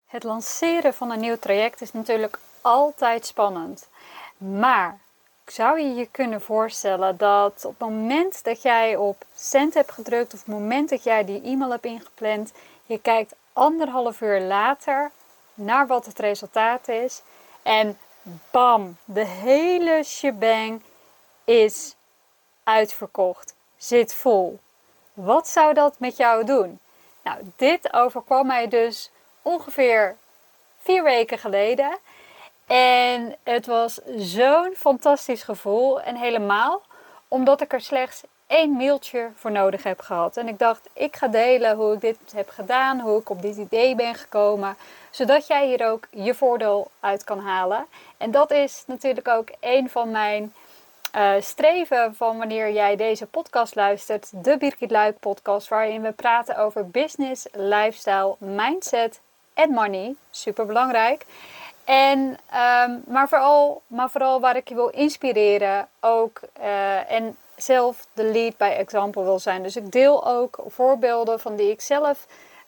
Het lanceren van een nieuw traject is natuurlijk altijd spannend. Maar zou je je kunnen voorstellen dat op het moment dat jij op send hebt gedrukt, of op het moment dat jij die e-mail hebt ingepland, je kijkt 1,5 uur later naar wat het resultaat is en bam, de hele shebang is uitverkocht, zit vol. Wat zou dat met jou doen? Nou, dit overkwam mij dus ongeveer 4 weken geleden. En het was zo'n fantastisch gevoel. En helemaal omdat ik er slechts 1 mailtje voor nodig heb gehad. En ik dacht, ik ga delen hoe ik dit heb gedaan, hoe ik op dit idee ben gekomen. Zodat jij hier ook je voordeel uit kan halen. En dat is natuurlijk ook een van mijn streven van wanneer jij deze podcast luistert. De Birgit Luik podcast, waarin we praten over business, lifestyle, mindset en money. Super belangrijk. En, maar vooral waar ik je wil inspireren ook. En zelf de lead by example wil zijn. Dus ik deel ook voorbeelden van die ik zelf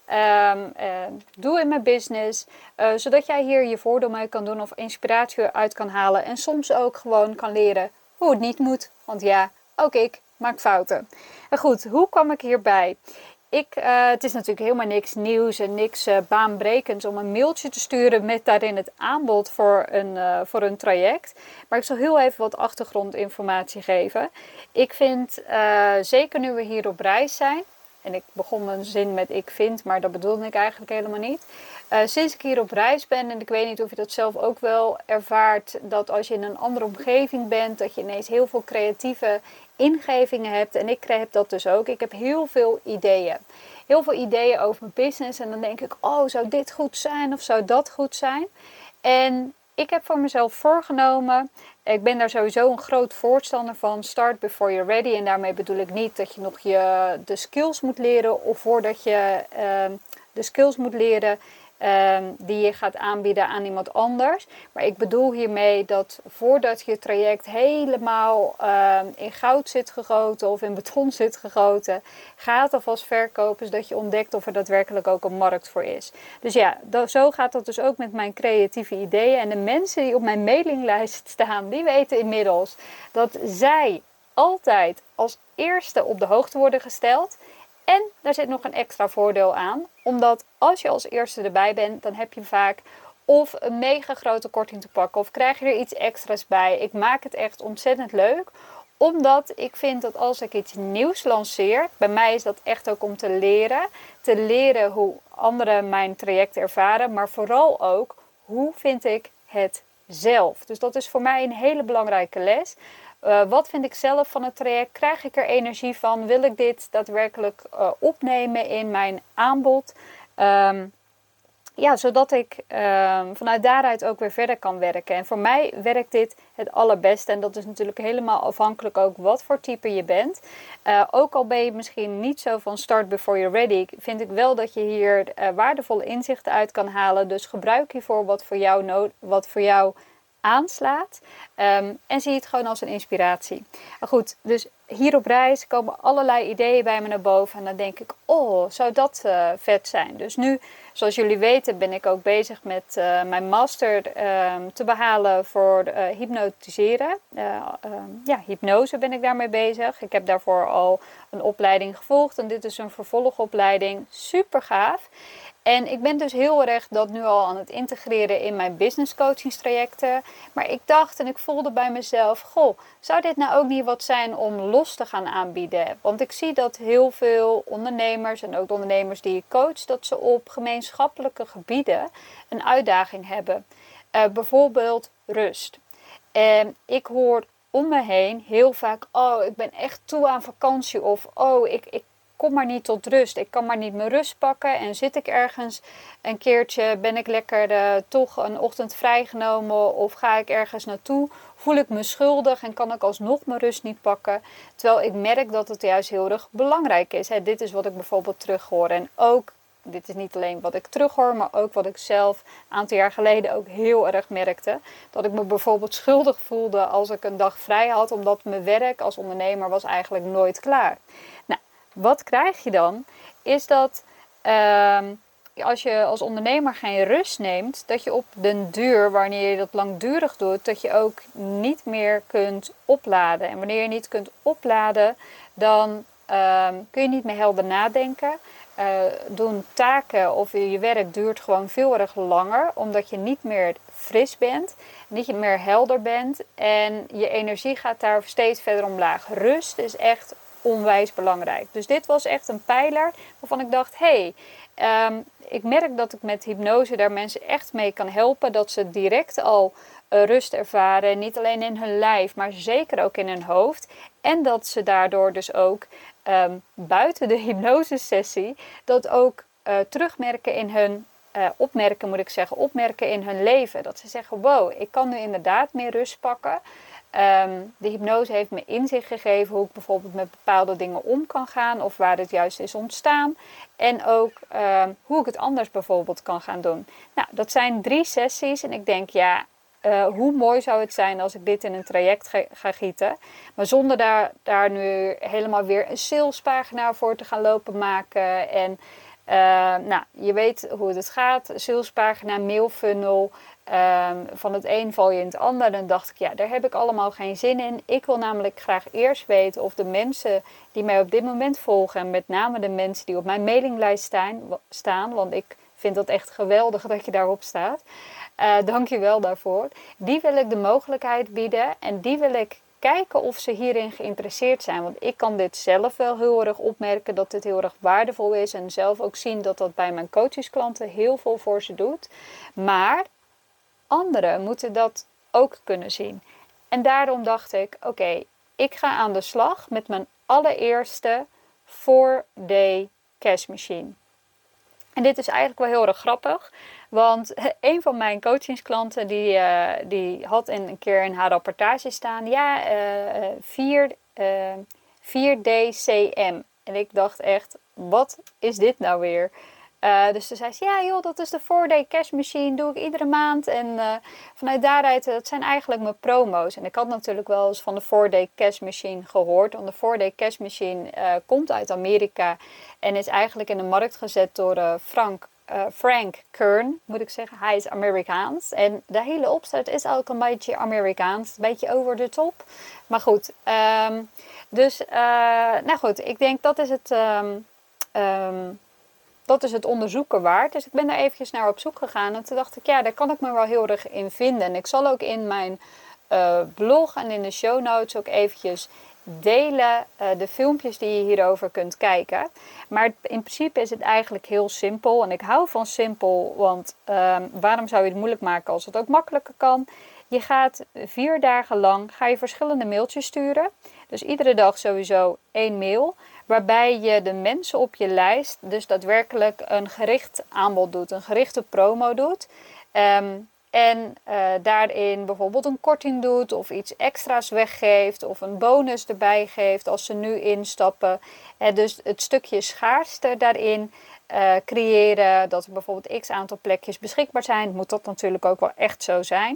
doe in mijn business. Zodat jij hier je voordeel mee kan doen of inspiratie uit kan halen. En soms ook gewoon kan leren hoe het niet moet. Want ja, ook ik maak fouten. En goed, hoe kwam ik hierbij? Het is natuurlijk helemaal niks nieuws en niks baanbrekends om een mailtje te sturen met daarin het aanbod voor een traject. Maar ik zal heel even wat achtergrondinformatie geven. Ik vind, zeker nu we hier op reis zijn, en ik begon mijn zin met ik vind, maar dat bedoelde ik eigenlijk helemaal niet. Sinds ik hier op reis ben, en ik weet niet of je dat zelf ook wel ervaart, dat als je in een andere omgeving bent, dat je ineens heel veel creatieve ingevingen hebt. En ik heb dat dus ook. Ik heb heel veel ideeën. Heel veel ideeën over mijn business. En dan denk ik, oh, zou dit goed zijn of zou dat goed zijn? En ik heb voor mezelf voorgenomen, ik ben daar sowieso een groot voorstander van, start before you're ready. En daarmee bedoel ik niet dat je nog de skills moet leren of voordat je de skills moet leren die je gaat aanbieden aan iemand anders. Maar ik bedoel hiermee dat voordat je traject helemaal in goud zit gegoten of in beton zit gegoten, ga het alvast verkopen zodat je ontdekt of er daadwerkelijk ook een markt voor is. Dus ja, zo gaat dat dus ook met mijn creatieve ideeën. En de mensen die op mijn mailinglijst staan, die weten inmiddels dat zij altijd als eerste op de hoogte worden gesteld. En daar zit nog een extra voordeel aan. Omdat als je als eerste erbij bent, dan heb je vaak of een mega grote korting te pakken. Of krijg je er iets extra's bij. Ik maak het echt ontzettend leuk. Omdat ik vind dat als ik iets nieuws lanceer, bij mij is dat echt ook om te leren. Te leren hoe anderen mijn traject ervaren. Maar vooral ook, hoe vind ik het zelf. Dus dat is voor mij een hele belangrijke les. Wat vind ik zelf van het traject? Krijg ik er energie van? Wil ik dit daadwerkelijk opnemen in mijn aanbod? Zodat ik vanuit daaruit ook weer verder kan werken. En voor mij werkt dit het allerbeste. En dat is natuurlijk helemaal afhankelijk ook wat voor type je bent. Ook al ben je misschien niet zo van start before you're ready, vind ik wel dat je hier waardevolle inzichten uit kan halen. Dus gebruik hiervoor wat voor jou aanslaat. En zie het gewoon als een inspiratie. Maar goed, dus hier op reis komen allerlei ideeën bij me naar boven. En dan denk ik, oh, zou dat vet zijn. Dus nu, zoals jullie weten, ben ik ook bezig met mijn master te behalen voor hypnotiseren. Hypnose ben ik daarmee bezig. Ik heb daarvoor al een opleiding gevolgd. En dit is een vervolgopleiding. Super gaaf. En ik ben dus heel erg dat nu al aan het integreren in mijn business coachingstrajecten. Maar ik dacht en ik voelde bij mezelf, goh, zou dit nou ook niet wat zijn om los te gaan aanbieden? Want ik zie dat heel veel ondernemers en ook de ondernemers die ik coach, dat ze op gemeenschappelijke gebieden een uitdaging hebben. Bijvoorbeeld rust. En ik hoor om me heen heel vaak, oh, ik ben echt toe aan vakantie. Of, oh, ik kom maar niet tot rust. Ik kan maar niet mijn rust pakken. En zit ik ergens een keertje, ben ik lekker toch een ochtend vrijgenomen. Of ga ik ergens naartoe, voel ik me schuldig en kan ik alsnog mijn rust niet pakken. Terwijl ik merk dat het juist heel erg belangrijk is. Dit is wat ik bijvoorbeeld terughoor. En ook, dit is niet alleen wat ik terughoor, maar ook wat ik zelf een aantal jaar geleden ook heel erg merkte. Dat ik me bijvoorbeeld schuldig voelde als ik een dag vrij had, omdat mijn werk als ondernemer was eigenlijk nooit klaar. Nou, wat krijg je dan? Is dat als je als ondernemer geen rust neemt, dat je op den duur, wanneer je dat langdurig doet, dat je ook niet meer kunt opladen. En wanneer je niet kunt opladen, dan kun je niet meer helder nadenken. Doen taken of je werk duurt gewoon veel erg langer, omdat je niet meer fris bent, niet meer helder bent en je energie gaat daar steeds verder omlaag. Rust is echt onwijs belangrijk. Dus dit was echt een pijler waarvan ik dacht, ik merk dat ik met hypnose daar mensen echt mee kan helpen, dat ze direct al rust ervaren, niet alleen in hun lijf, maar zeker ook in hun hoofd. En dat ze daardoor dus ook buiten de hypnosesessie dat ook terugmerken in hun opmerken in hun leven. Dat ze zeggen, wow, ik kan nu inderdaad meer rust pakken. De hypnose heeft me inzicht gegeven hoe ik bijvoorbeeld met bepaalde dingen om kan gaan of waar het juist is ontstaan. En ook hoe ik het anders bijvoorbeeld kan gaan doen. Nou, dat zijn 3 sessies en ik denk, hoe mooi zou het zijn als ik dit in een traject ga gieten. Maar zonder daar nu helemaal weer een salespagina voor te gaan lopen maken. En je weet hoe het gaat. Salespagina, mailfunnel. Van het een val je in het ander. Dan dacht ik, daar heb ik allemaal geen zin in. Ik wil namelijk graag eerst weten of de mensen die mij op dit moment volgen, en met name de mensen die op mijn mailinglijst staan, want ik vind dat echt geweldig dat je daarop staat. Dank je wel daarvoor. Die wil ik de mogelijkheid bieden en die wil ik kijken of ze hierin geïnteresseerd zijn. Want ik kan dit zelf wel heel erg opmerken, dat dit heel erg waardevol is. En zelf ook zien dat dat bij mijn coachingsklanten heel veel voor ze doet. Maar anderen moeten dat ook kunnen zien. En daarom dacht ik, ik ga aan de slag met mijn allereerste 4-day cash machine. En dit is eigenlijk wel heel erg grappig. Want een van mijn coachingsklanten die had een keer in haar rapportage staan. 4D CM. En ik dacht echt, wat is dit nou weer? Dus toen zei ze, dat is de 4-day cash machine, doe ik iedere maand. En vanuit daaruit, dat zijn eigenlijk mijn promo's. En ik had natuurlijk wel eens van de 4-day cash machine gehoord. Want de 4-day cash machine komt uit Amerika en is eigenlijk in de markt gezet door Frank Kern, moet ik zeggen. Hij is Amerikaans. En de hele opzet is ook een beetje Amerikaans. Een beetje over de top. Maar goed. Ik denk dat is het... dat is het onderzoeken waard. Dus ik ben daar eventjes naar op zoek gegaan. En toen dacht ik, daar kan ik me wel heel erg in vinden. En ik zal ook in mijn blog en in de show notes ook eventjes delen de filmpjes die je hierover kunt kijken. Maar in principe is het eigenlijk heel simpel. En ik hou van simpel, want waarom zou je het moeilijk maken als het ook makkelijker kan? Je gaat 4 dagen lang verschillende mailtjes sturen. Dus iedere dag sowieso 1 mail. Waarbij je de mensen op je lijst dus daadwerkelijk een gericht aanbod doet. Een gerichte promo doet. Daarin bijvoorbeeld een korting doet. Of iets extra's weggeeft. Of een bonus erbij geeft als ze nu instappen. Dus het stukje schaarste daarin creëren. Dat er bijvoorbeeld x aantal plekjes beschikbaar zijn. Moet dat natuurlijk ook wel echt zo zijn.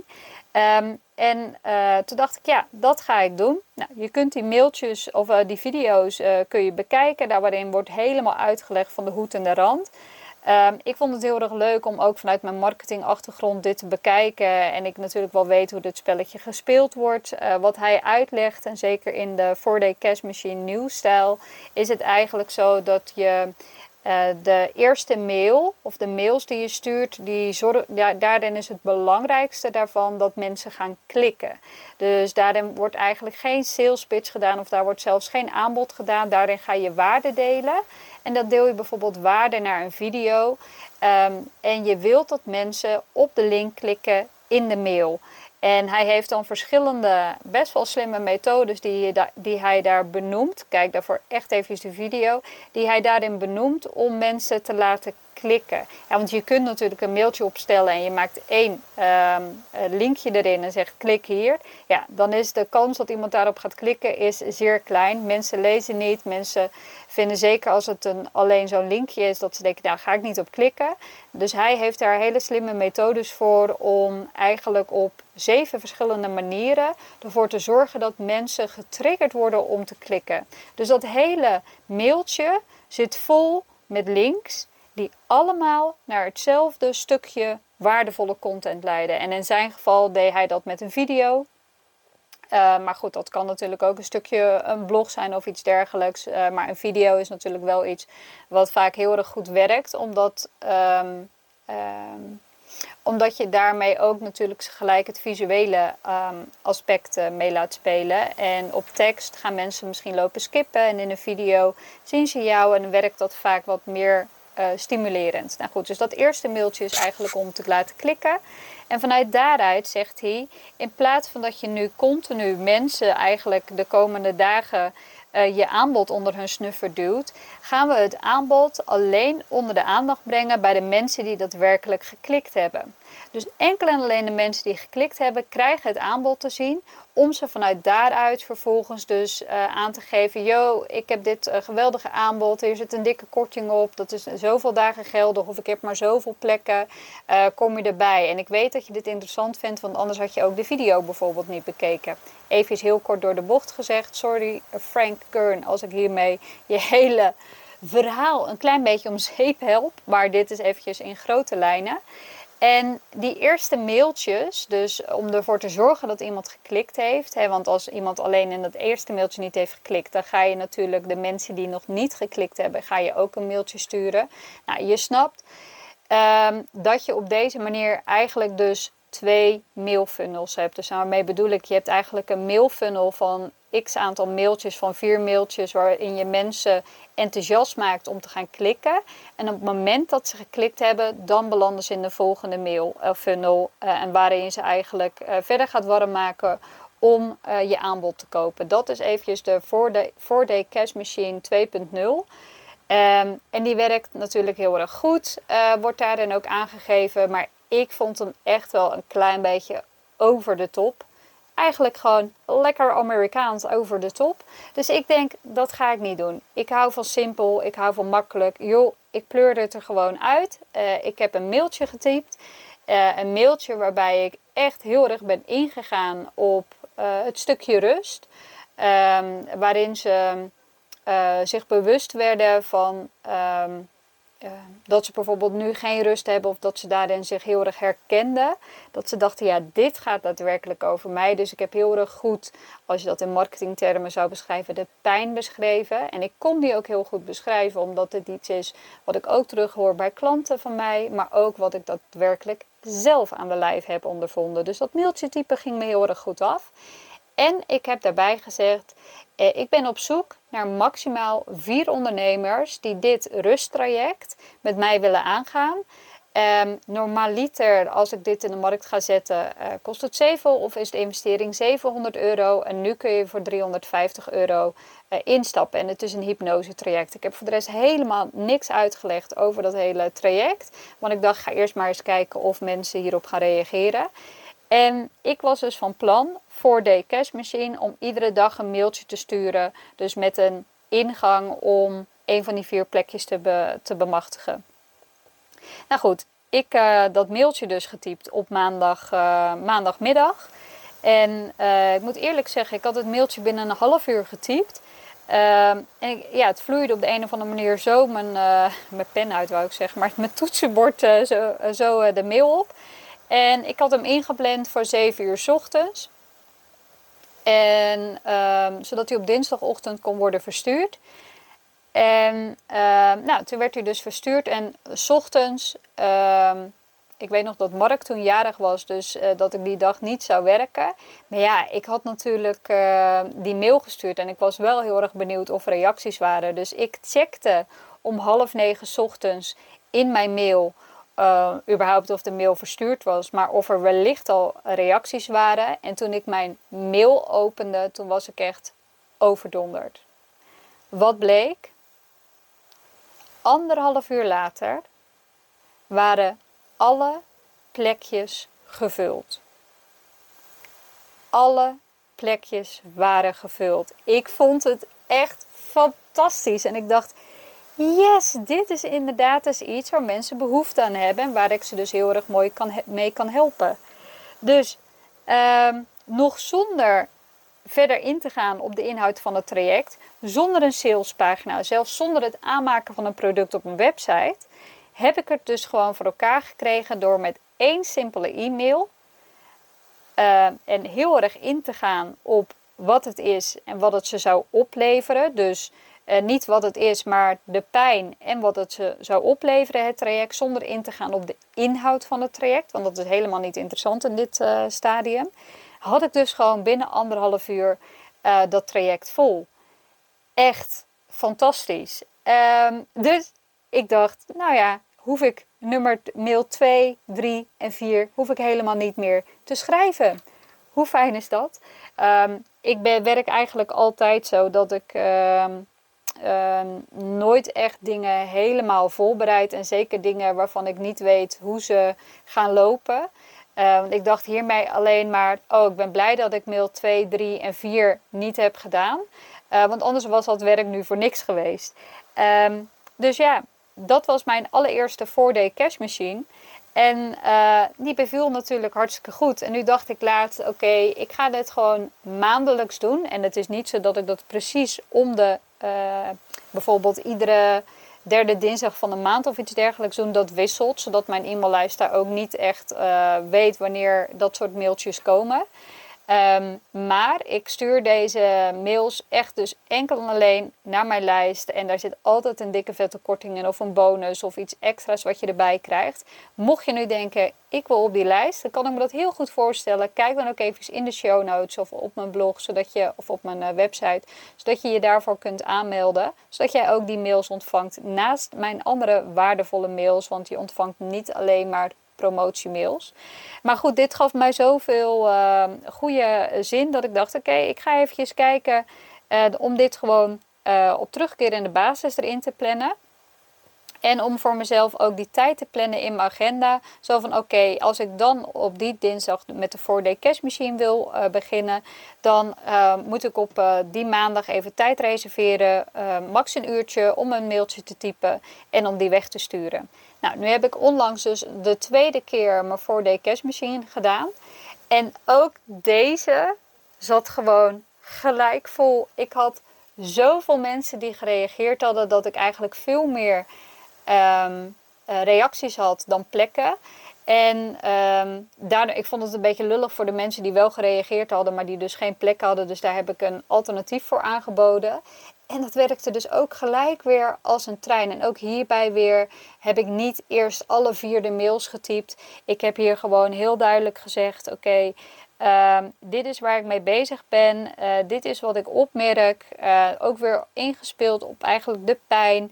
Toen dacht ik, dat ga ik doen. Nou, je kunt die mailtjes of die video's kun je bekijken. Daar waarin wordt helemaal uitgelegd van de hoed en de rand. Ik vond het heel erg leuk om ook vanuit mijn marketingachtergrond dit te bekijken. En ik natuurlijk wel weet hoe dit spelletje gespeeld wordt. Wat hij uitlegt, en zeker in de 4-day cash machine nieuwstijl, is het eigenlijk zo dat je de eerste mail of de mails die je stuurt, daarin is het belangrijkste daarvan dat mensen gaan klikken. Dus daarin wordt eigenlijk geen sales pitch gedaan of daar wordt zelfs geen aanbod gedaan. Daarin ga je waarde delen. En dat deel je bijvoorbeeld waarde naar een video. En je wilt dat mensen op de link klikken in de mail. En hij heeft dan verschillende, best wel slimme methodes die hij daar benoemt. Kijk daarvoor echt even de video. Die hij daarin benoemt om mensen te laten klikken. Ja, want je kunt natuurlijk een mailtje opstellen en je maakt 1 linkje erin en zegt klik hier. Ja, dan is de kans dat iemand daarop gaat klikken is zeer klein. Mensen lezen niet. Mensen vinden zeker als het alleen zo'n linkje is dat ze denken, nou ga ik niet op klikken. Dus hij heeft daar hele slimme methodes voor om eigenlijk op 7 verschillende manieren ervoor te zorgen dat mensen getriggerd worden om te klikken. Dus dat hele mailtje zit vol met links die allemaal naar hetzelfde stukje waardevolle content leiden. En in zijn geval deed hij dat met een video. Maar goed, dat kan natuurlijk ook een stukje een blog zijn of iets dergelijks. Maar een video is natuurlijk wel iets wat vaak heel erg goed werkt. Omdat je daarmee ook natuurlijk gelijk het visuele aspect mee laat spelen. En op tekst gaan mensen misschien lopen skippen. En in een video zien ze jou en dan werkt dat vaak wat meer stimulerend. Nou goed, dus dat eerste mailtje is eigenlijk om te laten klikken. En vanuit daaruit zegt hij, in plaats van dat je nu continu mensen eigenlijk de komende dagen je aanbod onder hun snuffer duwt, gaan we het aanbod alleen onder de aandacht brengen bij de mensen die daadwerkelijk geklikt hebben. Dus enkel en alleen de mensen die geklikt hebben, krijgen het aanbod te zien, om ze vanuit daaruit vervolgens dus aan te geven, yo, ik heb dit geweldige aanbod, hier zit een dikke korting op, dat is zoveel dagen geldig of ik heb maar zoveel plekken, kom je erbij. En ik weet dat je dit interessant vindt, want anders had je ook de video bijvoorbeeld niet bekeken. Even heel kort door de bocht gezegd, sorry Frank Kern als ik hiermee je hele verhaal een klein beetje om zeep help, maar dit is eventjes in grote lijnen. En die eerste mailtjes, dus om ervoor te zorgen dat iemand geklikt heeft. Want als iemand alleen in dat eerste mailtje niet heeft geklikt, dan ga je natuurlijk de mensen die nog niet geklikt hebben, ga je ook een mailtje sturen. Nou, je snapt dat je op deze manier eigenlijk dus 2 mailfunnels hebt. Dus daarmee bedoel ik, je hebt eigenlijk een mailfunnel van x aantal mailtjes, van 4 mailtjes, waarin je mensen enthousiast maakt om te gaan klikken. En op het moment dat ze geklikt hebben, dan belanden ze in de volgende mailfunnel. En waarin je ze eigenlijk verder gaat warm maken om je aanbod te kopen. Dat is eventjes de 4-day cash machine 2.0. En die werkt natuurlijk heel erg goed. Wordt daarin ook aangegeven. Maar ik vond hem echt wel een klein beetje over de top. Eigenlijk gewoon lekker Amerikaans over de top. Dus ik denk, dat ga ik niet doen. Ik hou van simpel, ik hou van makkelijk. Joh, ik pleur het er gewoon uit. Ik heb een mailtje getypt. Een mailtje waarbij ik echt heel erg ben ingegaan op het stukje rust. Waarin ze zich bewust werden van dat ze bijvoorbeeld nu geen rust hebben of dat ze daarin zich heel erg herkenden. Dat ze dachten, ja, dit gaat daadwerkelijk over mij. Dus ik heb heel erg goed, als je dat in marketingtermen zou beschrijven, de pijn beschreven. En ik kon die ook heel goed beschrijven, omdat het iets is wat ik ook terughoor bij klanten van mij, maar ook wat ik daadwerkelijk zelf aan de lijf heb ondervonden. Dus dat mailtje type ging me heel erg goed af. En ik heb daarbij gezegd, ik ben op zoek naar maximaal 4 ondernemers die dit rusttraject met mij willen aangaan. Normaliter, als ik dit in de markt ga zetten, kost het 7 of is de investering €700. En nu kun je voor €350 instappen. En het is een hypnose-traject. Ik heb voor de rest helemaal niks uitgelegd over dat hele traject. Want ik dacht, ga eerst maar eens kijken of mensen hierop gaan reageren. En ik was dus van plan, 4-day cash machine, om iedere dag een mailtje te sturen. Dus met een ingang om een van die 4 plekjes te bemachtigen. Nou goed, ik dat mailtje dus getypt op maandagmiddag. En ik moet eerlijk zeggen, ik had het mailtje binnen een half uur getypt. En het vloeide op de een of andere manier zo mijn pen uit, wou ik zeggen, maar mijn toetsenbord zo de mail op. En ik had hem ingepland voor 7 uur 's ochtends. En zodat hij op dinsdagochtend kon worden verstuurd. En toen werd hij dus verstuurd. En 's ochtends, ik weet nog dat Mark toen jarig was, dus dat ik die dag niet zou werken. Maar ja, ik had natuurlijk die mail gestuurd. En ik was wel heel erg benieuwd of er reacties waren. Dus ik checkte om 8:30 's ochtends in mijn mail überhaupt of de mail verstuurd was, maar of er wellicht al reacties waren. En toen ik mijn mail opende, toen was ik echt overdonderd. Wat bleek? 1,5 uur later waren alle plekjes gevuld. Alle plekjes waren gevuld. Ik vond het echt fantastisch. En ik dacht, yes, dit is inderdaad eens iets waar mensen behoefte aan hebben en waar ik ze dus heel erg mooi mee kan helpen. Dus nog zonder verder in te gaan op de inhoud van het traject, zonder een salespagina, zelfs zonder het aanmaken van een product op een website, heb ik het dus gewoon voor elkaar gekregen door met 1 simpele e-mail en heel erg in te gaan op wat het is en wat het ze zou opleveren. Dus niet wat het is, maar de pijn en wat het ze zou opleveren, het traject, zonder in te gaan op de inhoud van het traject, want dat is helemaal niet interessant in dit stadium. Had ik dus gewoon binnen 1,5 uur dat traject vol. Echt fantastisch. Dus ik dacht, nou ja, hoef ik mail 2, 3 en 4 hoef ik helemaal niet meer te schrijven. Hoe fijn is dat? Ik werk eigenlijk altijd zo dat ik nooit echt dingen helemaal voorbereid. En zeker dingen waarvan ik niet weet hoe ze gaan lopen. Want ik dacht hiermee alleen maar, ik ben blij dat ik mail 2, 3 en 4 niet heb gedaan. Want anders was dat werk nu voor niks geweest. Dus ja, dat was mijn allereerste 4-day cash machine. En die beviel natuurlijk hartstikke goed. En nu dacht ik laatst, ik ga dit gewoon maandelijks doen. En het is niet zo dat ik dat precies om de, bijvoorbeeld iedere 3e dinsdag van de maand of iets dergelijks doen. Dat wisselt, zodat mijn e-maillijst daar ook niet echt weet wanneer dat soort mailtjes komen. Maar ik stuur deze mails echt dus enkel en alleen naar mijn lijst. En daar zit altijd een dikke vette korting in of een bonus of iets extra's wat je erbij krijgt. Mocht je nu denken, ik wil op die lijst, dan kan ik me dat heel goed voorstellen. Kijk dan ook even in de show notes of op mijn blog of op mijn website. Zodat je je daarvoor kunt aanmelden. Zodat jij ook die mails ontvangt naast mijn andere waardevolle mails. Want je ontvangt niet alleen maar promotiemails. Maar goed, dit gaf mij zoveel goede zin dat ik dacht, ik ga eventjes kijken om dit gewoon op terugkerende basis erin te plannen. En om voor mezelf ook die tijd te plannen in mijn agenda. Zo van als ik dan op die dinsdag met de 4-day cash machine wil beginnen. Dan moet ik op die maandag even tijd reserveren. Max een uurtje om een mailtje te typen en om die weg te sturen. Nou, nu heb ik onlangs dus de 2e keer mijn 4-day cash machine gedaan. En ook deze zat gewoon gelijk vol. Ik had zoveel mensen die gereageerd hadden dat ik eigenlijk veel meer reacties had dan plekken. En daardoor, ik vond het een beetje lullig voor de mensen die wel gereageerd hadden, maar die dus geen plek hadden. Dus daar heb ik een alternatief voor aangeboden. En dat werkte dus ook gelijk weer als een trein. En ook hierbij weer heb ik niet eerst alle 4 de mails getypt. Ik heb hier gewoon heel duidelijk gezegd, dit is waar ik mee bezig ben. Dit is wat ik opmerk. Ook weer ingespeeld op eigenlijk de pijn.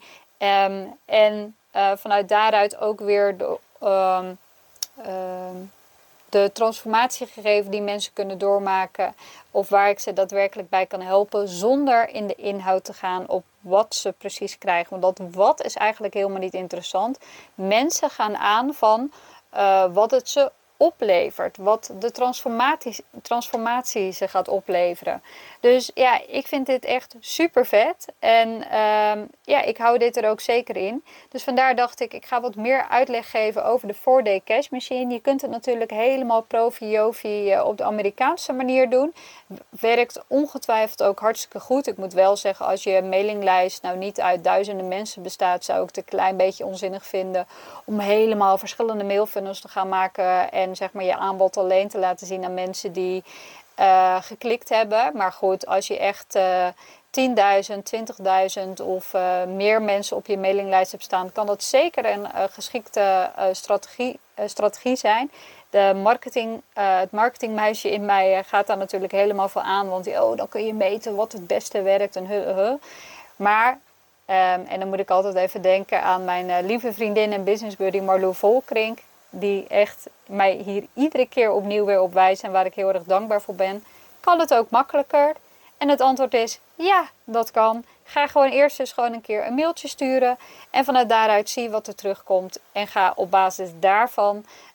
En vanuit daaruit ook weer de transformatie gegeven die mensen kunnen doormaken. Of waar ik ze daadwerkelijk bij kan helpen. Zonder in de inhoud te gaan op wat ze precies krijgen. Want dat wat is eigenlijk helemaal niet interessant. Mensen gaan aan van wat het ze oplevert. Wat de transformatie ze gaat opleveren. Dus ja, ik vind dit echt super vet. En ik hou dit er ook zeker in. Dus vandaar dacht ik ga wat meer uitleg geven over de 4-day cash machine. Je kunt het natuurlijk helemaal profi-jofi op de Amerikaanse manier doen. Werkt ongetwijfeld ook hartstikke goed. Ik moet wel zeggen, als je mailinglijst nou niet uit duizenden mensen bestaat, zou ik het een klein beetje onzinnig vinden om helemaal verschillende mailfunnels te gaan maken en zeg maar je aanbod alleen te laten zien aan mensen die geklikt hebben. Maar goed, als je echt 10.000, 20.000 of meer mensen op je mailinglijst hebt staan, kan dat zeker een geschikte strategie zijn. Het marketingmeisje in mij gaat daar natuurlijk helemaal voor aan. Want dan kun je meten wat het beste werkt. Maar, en dan moet ik altijd even denken aan mijn lieve vriendin en business buddy Marlou Volkrink. Die echt mij hier iedere keer opnieuw weer op wijst en waar ik heel erg dankbaar voor ben. Kan het ook makkelijker? En het antwoord is ja, dat kan. Ga gewoon eerst eens gewoon een keer een mailtje sturen. En vanuit daaruit zie wat er terugkomt. En ga op basis daarvan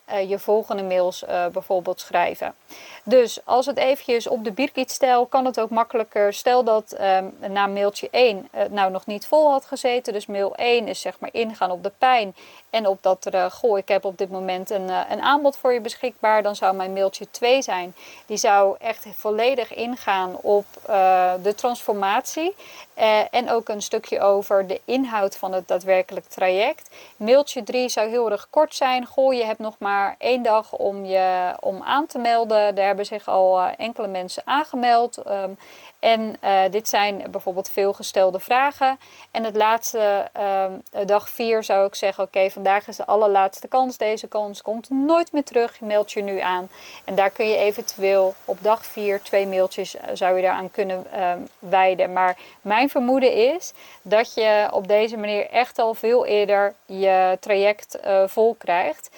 je volgende mails bijvoorbeeld schrijven. Dus als het eventjes op de Birgit stijl, kan het ook makkelijker. Stel dat na mailtje 1 het nou nog niet vol had gezeten. Dus mail 1 is zeg maar ingaan op de pijn. En op dat ik heb op dit moment een aanbod voor je beschikbaar. Dan zou mijn mailtje 2 zijn. Die zou echt volledig ingaan op de transformatie. En ook een stukje over de inhoud van het daadwerkelijk traject. Mailtje 3 zou heel erg kort zijn. Je hebt nog maar 1 dag om aan te melden. Daar hebben zich al enkele mensen aangemeld. En dit zijn bijvoorbeeld veelgestelde vragen. En het laatste, dag 4 zou ik zeggen, oké, vandaag is de allerlaatste kans. Deze kans komt nooit meer terug. Je meldt je nu aan. En daar kun je eventueel op dag 4 2 mailtjes zou je daaraan kunnen wijden. Maar mijn vermoeden is dat je op deze manier echt al veel eerder je traject vol krijgt.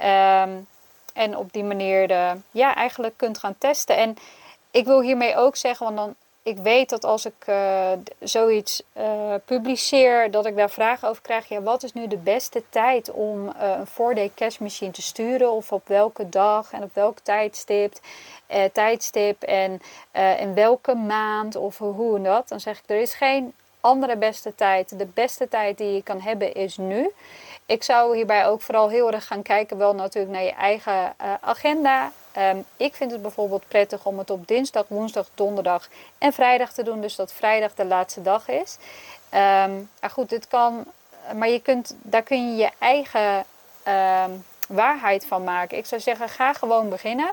En op die manier eigenlijk kunt gaan testen. En ik wil hiermee ook zeggen, want ik weet dat als ik zoiets publiceer, dat ik daar vragen over krijg. Ja, wat is nu de beste tijd om een 4-day cash machine te sturen? Of op welke dag en op welk tijdstip en in welke maand of hoe en dat. Dan zeg ik, er is geen andere beste tijd. De beste tijd die je kan hebben is nu. Ik zou hierbij ook vooral heel erg gaan kijken, wel natuurlijk naar je eigen agenda. Ik vind het bijvoorbeeld prettig om het op dinsdag, woensdag, donderdag en vrijdag te doen. Dus dat vrijdag de laatste dag is. Maar goed, dit kan. Maar daar kun je je eigen waarheid van maken. Ik zou zeggen, ga gewoon beginnen.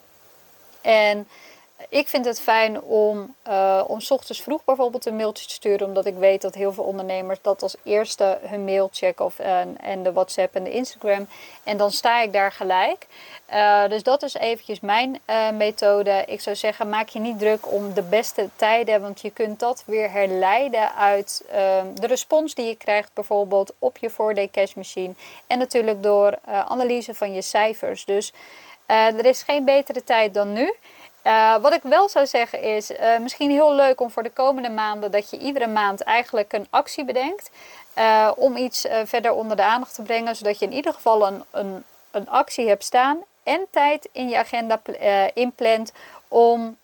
En ik vind het fijn om 's ochtends vroeg bijvoorbeeld een mailtje te sturen. Omdat ik weet dat heel veel ondernemers dat als eerste hun mail checken. En de WhatsApp en de Instagram. En dan sta ik daar gelijk. Dus dat is eventjes mijn methode. Ik zou zeggen, maak je niet druk om de beste tijden. Want je kunt dat weer herleiden uit de respons die je krijgt. Bijvoorbeeld op je 4-day cash machine. En natuurlijk door analyse van je cijfers. Dus er is geen betere tijd dan nu. Wat ik wel zou zeggen is, misschien heel leuk om voor de komende maanden dat je iedere maand eigenlijk een actie bedenkt. Om iets verder onder de aandacht te brengen, zodat je in ieder geval een actie hebt staan en tijd in je agenda inplant om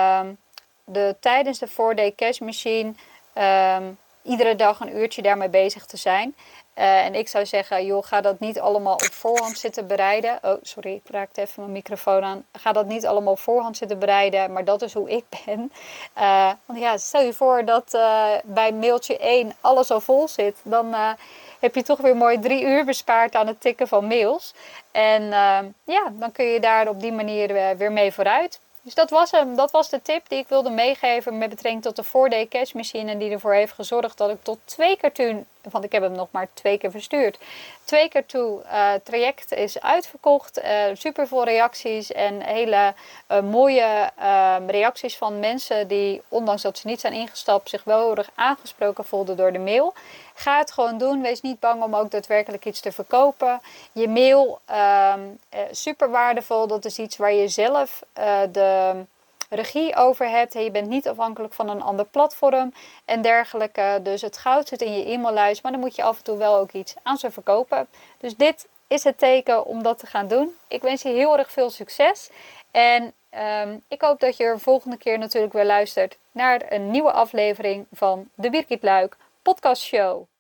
tijdens de 4-day cash machine iedere dag een uurtje daarmee bezig te zijn. En ik zou zeggen, joh, ga dat niet allemaal op voorhand zitten bereiden. Oh, sorry, ik raakte even mijn microfoon aan. Ga dat niet allemaal op voorhand zitten bereiden, maar dat is hoe ik ben. Want ja, stel je voor dat bij mailtje 1 alles al vol zit. Dan heb je toch weer mooi 3 uur bespaard aan het tikken van mails. En dan kun je daar op die manier weer mee vooruit. Dus dat was hem. Dat was de tip die ik wilde meegeven met betrekking tot de 4-day cash machine. En die ervoor heeft gezorgd dat ik tot 2 keer toe, want ik heb hem nog maar 2 keer verstuurd. 2 keer toe traject is uitverkocht. Super veel reacties en hele mooie reacties van mensen die, ondanks dat ze niet zijn ingestapt, zich wel heel erg aangesproken voelden door de mail. Ga het gewoon doen. Wees niet bang om ook daadwerkelijk iets te verkopen. Je mail, super waardevol. Dat is iets waar je zelf de regie over hebt. Je bent niet afhankelijk van een ander platform en dergelijke. Dus het goud zit in je e-maillijst. Maar dan moet je af en toe wel ook iets aan ze verkopen. Dus dit is het teken om dat te gaan doen. Ik wens je heel erg veel succes. En ik hoop dat je er volgende keer natuurlijk weer luistert naar een nieuwe aflevering van de Birgit Luik podcast show.